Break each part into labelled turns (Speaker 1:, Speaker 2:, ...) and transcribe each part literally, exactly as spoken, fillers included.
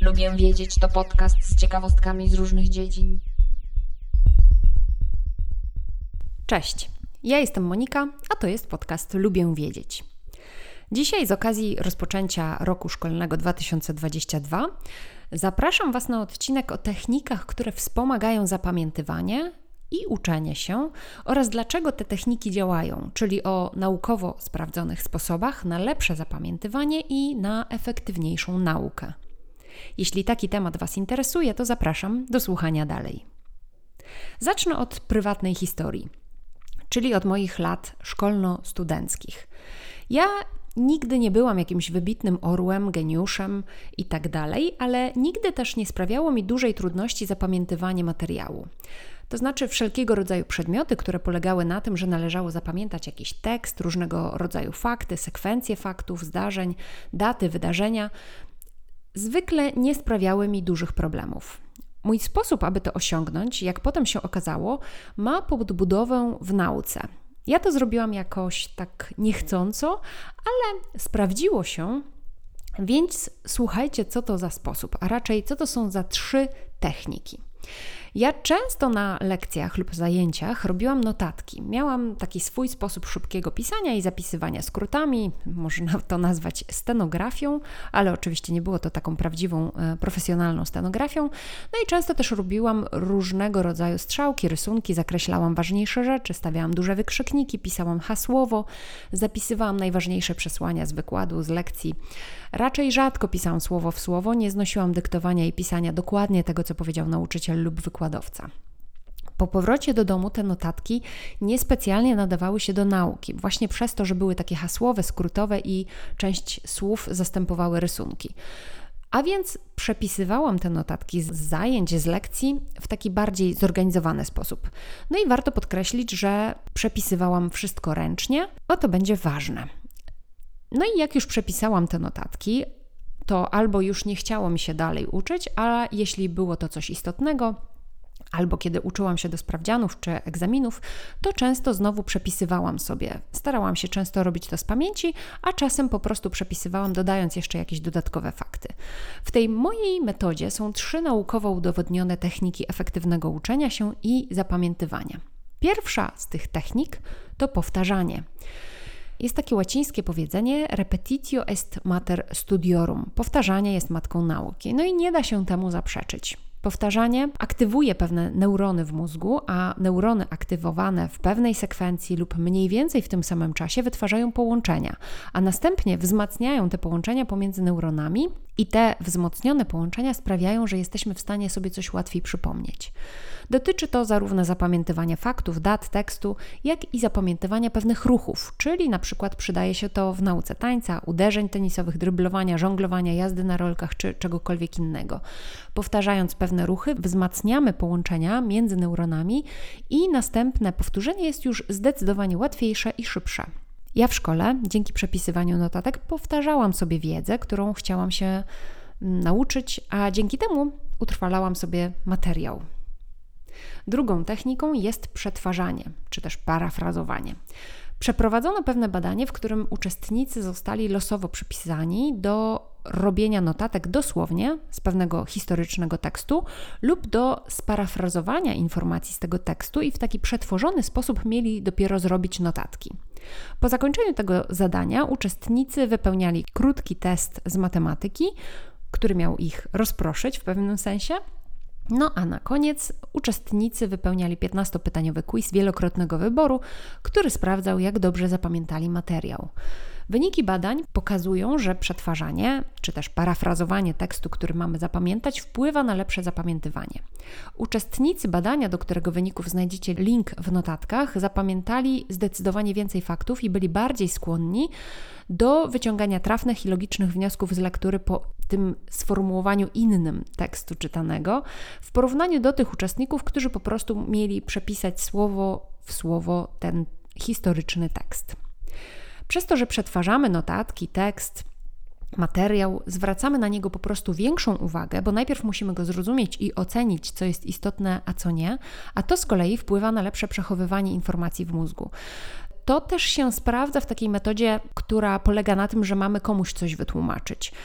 Speaker 1: Lubię wiedzieć to podcast z ciekawostkami z różnych dziedzin.
Speaker 2: Cześć, ja jestem Monika, a to jest podcast Lubię wiedzieć. Dzisiaj z okazji rozpoczęcia roku szkolnego dwa tysiące dwudziestego drugiego zapraszam Was na odcinek o technikach, które wspomagają zapamiętywanie i uczenie się oraz dlaczego te techniki działają, czyli o naukowo sprawdzonych sposobach na lepsze zapamiętywanie i na efektywniejszą naukę. Jeśli taki temat Was interesuje, to zapraszam do słuchania dalej. Zacznę od prywatnej historii, czyli od moich lat szkolno-studenckich. Ja nigdy nie byłam jakimś wybitnym orłem, geniuszem i tak dalej, ale nigdy też nie sprawiało mi dużej trudności zapamiętywanie materiału. To znaczy wszelkiego rodzaju przedmioty, które polegały na tym, że należało zapamiętać jakiś tekst, różnego rodzaju fakty, sekwencje faktów, zdarzeń, daty, wydarzenia, zwykle nie sprawiały mi dużych problemów. Mój sposób, aby to osiągnąć, jak potem się okazało, ma podbudowę w nauce. Ja to zrobiłam jakoś tak niechcąco, ale sprawdziło się, więc słuchajcie, co to za sposób, a raczej co to są za trzy techniki. Ja często na lekcjach lub zajęciach robiłam notatki. Miałam taki swój sposób szybkiego pisania i zapisywania skrótami, można to nazwać stenografią, ale oczywiście nie było to taką prawdziwą, profesjonalną stenografią. No i często też robiłam różnego rodzaju strzałki, rysunki, zakreślałam ważniejsze rzeczy, stawiałam duże wykrzykniki, pisałam hasłowo, zapisywałam najważniejsze przesłania z wykładu, z lekcji. Raczej rzadko pisałam słowo w słowo, nie znosiłam dyktowania i pisania dokładnie tego, co powiedział nauczyciel lub wykładowca. Po powrocie do domu te notatki niespecjalnie nadawały się do nauki, właśnie przez to, że były takie hasłowe, skrótowe i część słów zastępowały rysunki. A więc przepisywałam te notatki z zajęć, z lekcji w taki bardziej zorganizowany sposób. No i warto podkreślić, że przepisywałam wszystko ręcznie, bo to będzie ważne. No i jak już przepisałam te notatki, to albo już nie chciało mi się dalej uczyć, a jeśli było to coś istotnego, albo kiedy uczyłam się do sprawdzianów czy egzaminów, to często znowu przepisywałam sobie. Starałam się często robić to z pamięci, a czasem po prostu przepisywałam, dodając jeszcze jakieś dodatkowe fakty. W tej mojej metodzie są trzy naukowo udowodnione techniki efektywnego uczenia się i zapamiętywania. Pierwsza z tych technik to powtarzanie. Jest takie łacińskie powiedzenie repetitio est mater studiorum. Powtarzanie jest matką nauki. No i nie da się temu zaprzeczyć. Powtarzanie aktywuje pewne neurony w mózgu, a neurony aktywowane w pewnej sekwencji lub mniej więcej w tym samym czasie wytwarzają połączenia, a następnie wzmacniają te połączenia pomiędzy neuronami i te wzmocnione połączenia sprawiają, że jesteśmy w stanie sobie coś łatwiej przypomnieć. Dotyczy to zarówno zapamiętywania faktów, dat, tekstu, jak i zapamiętywania pewnych ruchów, czyli na przykład przydaje się to w nauce tańca, uderzeń tenisowych, dryblowania, żonglowania, jazdy na rolkach czy czegokolwiek innego. Powtarzając pewne ruchy, wzmacniamy połączenia między neuronami i następne powtórzenie jest już zdecydowanie łatwiejsze i szybsze. Ja w szkole, dzięki przepisywaniu notatek, powtarzałam sobie wiedzę, którą chciałam się nauczyć, a dzięki temu utrwalałam sobie materiał. Drugą techniką jest przetwarzanie, czy też parafrazowanie. Przeprowadzono pewne badanie, w którym uczestnicy zostali losowo przypisani do robienia notatek dosłownie z pewnego historycznego tekstu lub do sparafrazowania informacji z tego tekstu i w taki przetworzony sposób mieli dopiero zrobić notatki. Po zakończeniu tego zadania uczestnicy wypełniali krótki test z matematyki, który miał ich rozproszyć w pewnym sensie. No a na koniec uczestnicy wypełniali piętnastopytaniowy quiz wielokrotnego wyboru, który sprawdzał, jak dobrze zapamiętali materiał. Wyniki badań pokazują, że przetwarzanie, czy też parafrazowanie tekstu, który mamy zapamiętać, wpływa na lepsze zapamiętywanie. Uczestnicy badania, do którego wyników znajdziecie link w notatkach, zapamiętali zdecydowanie więcej faktów i byli bardziej skłonni do wyciągania trafnych i logicznych wniosków z lektury po tym sformułowaniu innym tekstu czytanego, w porównaniu do tych uczestników, którzy po prostu mieli przepisać słowo w słowo ten historyczny tekst. Przez to, że przetwarzamy notatki, tekst, materiał, zwracamy na niego po prostu większą uwagę, bo najpierw musimy go zrozumieć i ocenić, co jest istotne, a co nie, a to z kolei wpływa na lepsze przechowywanie informacji w mózgu. To też się sprawdza w takiej metodzie, która polega na tym, że mamy komuś coś wytłumaczyć.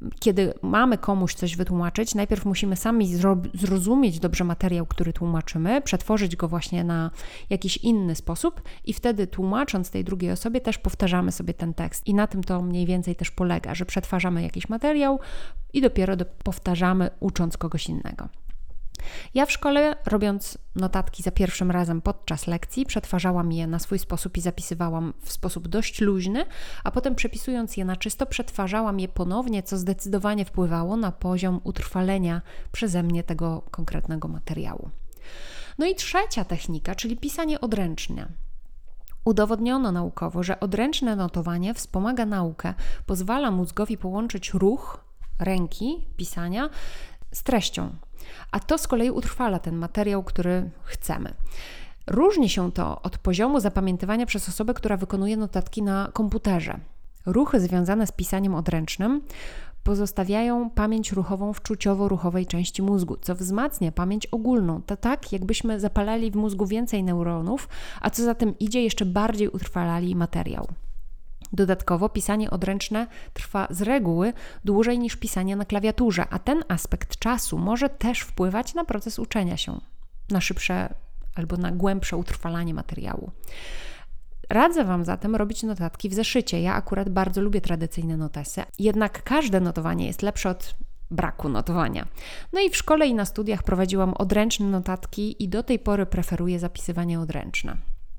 Speaker 2: kiedy mamy komuś coś wytłumaczyć, najpierw musimy sami zro- zrozumieć dobrze materiał, który tłumaczymy, przetworzyć go właśnie na jakiś inny sposób i wtedy tłumacząc tej drugiej osobie też powtarzamy sobie ten tekst. I na tym to mniej więcej też polega, że przetwarzamy jakiś materiał i dopiero do- powtarzamy, ucząc kogoś innego. Ja w szkole, robiąc notatki za pierwszym razem podczas lekcji, przetwarzałam je na swój sposób i zapisywałam w sposób dość luźny, a potem przepisując je na czysto, przetwarzałam je ponownie, co zdecydowanie wpływało na poziom utrwalenia przeze mnie tego konkretnego materiału. No i trzecia technika, czyli pisanie odręczne. Udowodniono naukowo, że odręczne notowanie wspomaga naukę, pozwala mózgowi połączyć ruch ręki, pisania z treścią, a to z kolei utrwala ten materiał, który chcemy. Różni się to od poziomu zapamiętywania przez osobę, która wykonuje notatki na komputerze. Ruchy związane z pisaniem odręcznym pozostawiają pamięć ruchową w czuciowo-ruchowej części mózgu, co wzmacnia pamięć ogólną. To tak, jakbyśmy zapalali w mózgu więcej neuronów, a co za tym idzie, jeszcze bardziej utrwalali materiał. Dodatkowo pisanie odręczne trwa z reguły dłużej niż pisanie na klawiaturze, a ten aspekt czasu może też wpływać na proces uczenia się, na szybsze albo na głębsze utrwalanie materiału. Radzę Wam zatem robić notatki w zeszycie. Ja akurat bardzo lubię tradycyjne notesy, jednak każde notowanie jest lepsze od braku notowania. No i w szkole i na studiach prowadziłam odręczne notatki i do tej pory preferuję zapisywanie odręczne.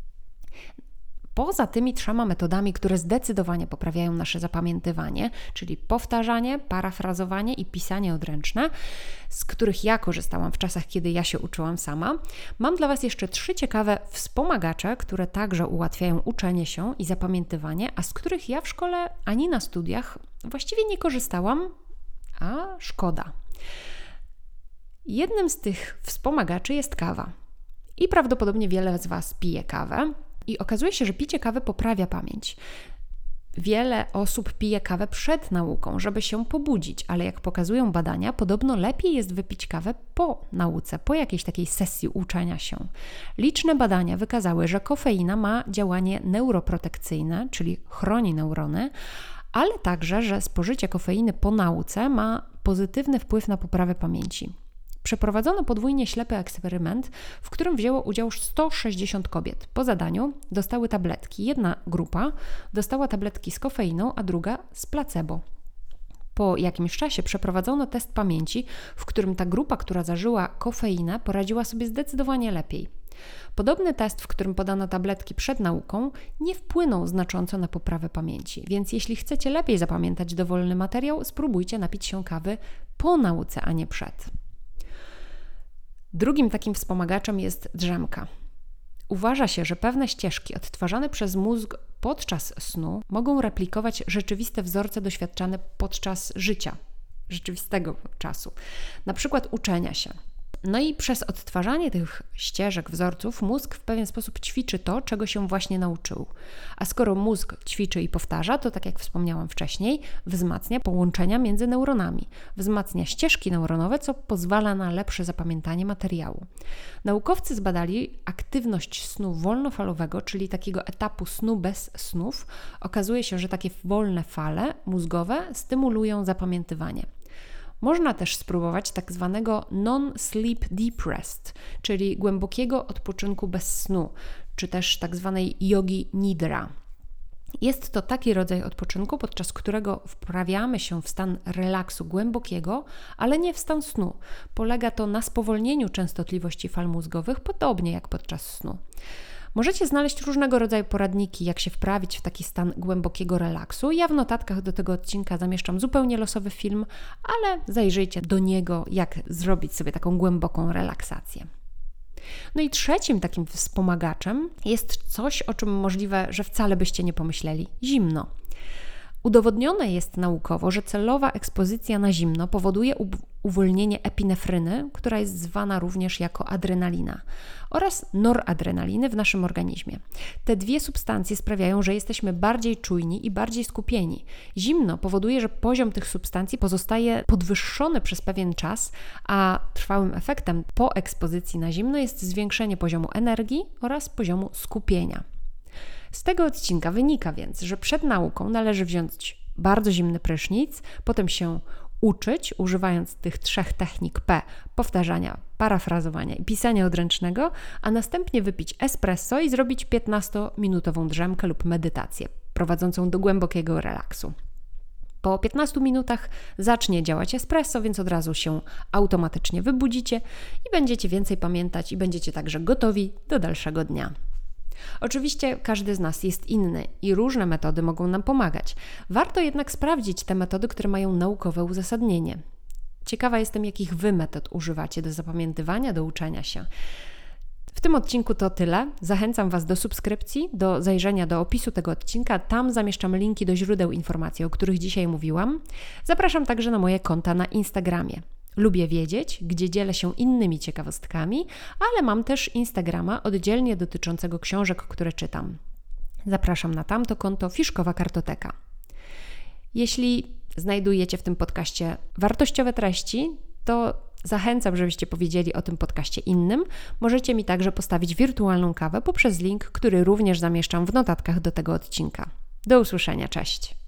Speaker 2: Poza tymi trzema metodami, które zdecydowanie poprawiają nasze zapamiętywanie, czyli powtarzanie, parafrazowanie i pisanie odręczne, z których ja korzystałam w czasach, kiedy ja się uczyłam sama, mam dla Was jeszcze trzy ciekawe wspomagacze, które także ułatwiają uczenie się i zapamiętywanie, a z których ja w szkole ani na studiach właściwie nie korzystałam, a szkoda. Jednym z tych wspomagaczy jest kawa. I prawdopodobnie wiele z Was pije kawę. I okazuje się, że picie kawy poprawia pamięć. Wiele osób pije kawę przed nauką, żeby się pobudzić, ale jak pokazują badania, podobno lepiej jest wypić kawę po nauce, po jakiejś takiej sesji uczenia się. Liczne badania wykazały, że kofeina ma działanie neuroprotekcyjne, czyli chroni neurony, ale także, że spożycie kofeiny po nauce ma pozytywny wpływ na poprawę pamięci. Przeprowadzono podwójnie ślepy eksperyment, w którym wzięło udział sto sześćdziesiąt kobiet. Po zadaniu dostały tabletki. Jedna grupa dostała tabletki z kofeiną, a druga z placebo. Po jakimś czasie przeprowadzono test pamięci, w którym ta grupa, która zażyła kofeinę, poradziła sobie zdecydowanie lepiej. Podobny test, w którym podano tabletki przed nauką, nie wpłynął znacząco na poprawę pamięci, więc jeśli chcecie lepiej zapamiętać dowolny materiał, spróbujcie napić się kawy po nauce, a nie przed. Drugim takim wspomagaczem jest drzemka. Uważa się, że pewne ścieżki odtwarzane przez mózg podczas snu mogą replikować rzeczywiste wzorce doświadczane podczas życia, rzeczywistego czasu, na przykład uczenia się. No i przez odtwarzanie tych ścieżek, wzorców, mózg w pewien sposób ćwiczy to, czego się właśnie nauczył. A skoro mózg ćwiczy i powtarza, to tak jak wspomniałam wcześniej, wzmacnia połączenia między neuronami, wzmacnia ścieżki neuronowe, co pozwala na lepsze zapamiętanie materiału. Naukowcy zbadali aktywność snu wolnofalowego, czyli takiego etapu snu bez snów. Okazuje się, że takie wolne fale mózgowe stymulują zapamiętywanie. Można też spróbować tak zwanego non-sleep deep rest, czyli głębokiego odpoczynku bez snu, czy też tak zwanej jogi nidra. Jest to taki rodzaj odpoczynku, podczas którego wprawiamy się w stan relaksu głębokiego, ale nie w stan snu. Polega to na spowolnieniu częstotliwości fal mózgowych, podobnie jak podczas snu. Możecie znaleźć różnego rodzaju poradniki, jak się wprawić w taki stan głębokiego relaksu. Ja w notatkach do tego odcinka zamieszczam zupełnie losowy film, ale zajrzyjcie do niego, jak zrobić sobie taką głęboką relaksację. No i trzecim takim wspomagaczem jest coś, o czym możliwe, że wcale byście nie pomyśleli – zimno. Udowodnione jest naukowo, że celowa ekspozycja na zimno powoduje uwolnienie epinefryny, która jest zwana również jako adrenalina, oraz noradrenaliny w naszym organizmie. Te dwie substancje sprawiają, że jesteśmy bardziej czujni i bardziej skupieni. Zimno powoduje, że poziom tych substancji pozostaje podwyższony przez pewien czas, a trwałym efektem po ekspozycji na zimno jest zwiększenie poziomu energii oraz poziomu skupienia. Z tego odcinka wynika więc, że przed nauką należy wziąć bardzo zimny prysznic, potem się uczyć, używając tych trzech technik P, powtarzania, parafrazowania i pisania odręcznego, a następnie wypić espresso i zrobić piętnastominutową drzemkę lub medytację, prowadzącą do głębokiego relaksu. Po piętnastu minutach zacznie działać espresso, więc od razu się automatycznie wybudzicie i będziecie więcej pamiętać i będziecie także gotowi do dalszego dnia. Oczywiście każdy z nas jest inny i różne metody mogą nam pomagać. Warto jednak sprawdzić te metody, które mają naukowe uzasadnienie. Ciekawa jestem, jakich Wy metod używacie do zapamiętywania, do uczenia się. W tym odcinku to tyle. Zachęcam Was do subskrypcji, do zajrzenia do opisu tego odcinka. Tam zamieszczam linki do źródeł informacji, o których dzisiaj mówiłam. Zapraszam także na moje konta na Instagramie. Lubię wiedzieć, gdzie dzielę się innymi ciekawostkami, ale mam też Instagrama oddzielnie dotyczącego książek, które czytam. Zapraszam na tamto konto Fiszkowa Kartoteka. Jeśli znajdujecie w tym podcaście wartościowe treści, to zachęcam, żebyście powiedzieli o tym podcaście innym. Możecie mi także postawić wirtualną kawę poprzez link, który również zamieszczam w notatkach do tego odcinka. Do usłyszenia, cześć!